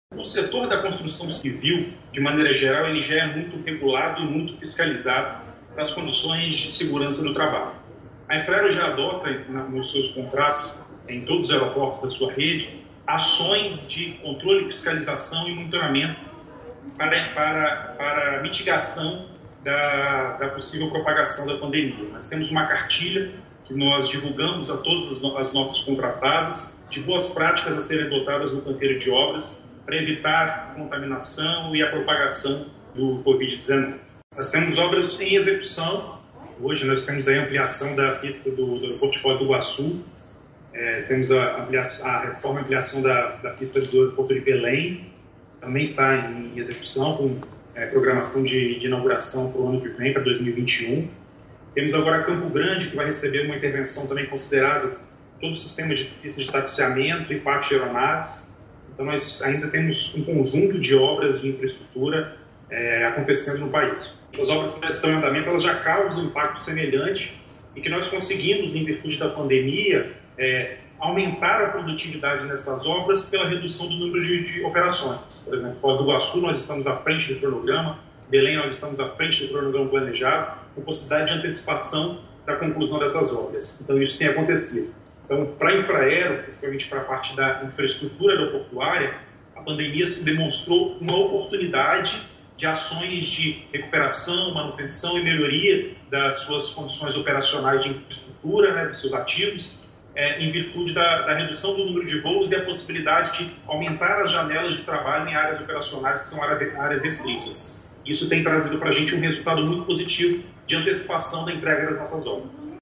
O setor da construção civil, de maneira geral, ele já é muito regulado e muito fiscalizado para as condições de segurança do trabalho. A Infraero já adota nos seus contratos, em todos os aeroportos da sua rede, ações de controle, fiscalização e monitoramento para mitigação da possível propagação da pandemia. Nós temos uma cartilha que nós divulgamos a todas as nossas contratadas de boas práticas a serem adotadas no canteiro de obras para evitar a contaminação e a propagação do Covid-19. Nós temos obras em execução. Hoje nós temos a ampliação da pista do aeroporto de Foz do Iguaçu, temos a reforma e ampliação da pista do aeroporto de Belém, também está em execução, com programação de inauguração para o ano que vem, para 2021. Temos agora Campo Grande, que vai receber uma intervenção também considerável, todo o sistema de pista de taxiamento e pátio de aeronaves. Então nós ainda temos um conjunto de obras de infraestrutura acontecendo no país. As obras que estão em andamento, elas já causam um impacto semelhante e que nós conseguimos, em virtude da pandemia, aumentar a produtividade nessas obras pela redução do número de operações. Por exemplo, Foz do Iguaçu, nós estamos à frente do cronograma, Belém, nós estamos à frente do cronograma planejado, com possibilidade de antecipação da conclusão dessas obras. Então, isso tem acontecido. Então, para a Infraero, principalmente para a parte da infraestrutura aeroportuária, a pandemia se demonstrou uma oportunidade de ações de recuperação, manutenção e melhoria das suas condições operacionais de infraestrutura, dos seus ativos, em virtude da redução do número de voos e a possibilidade de aumentar as janelas de trabalho em áreas operacionais que são áreas restritas. Isso tem trazido para a gente um resultado muito positivo de antecipação da entrega das nossas obras.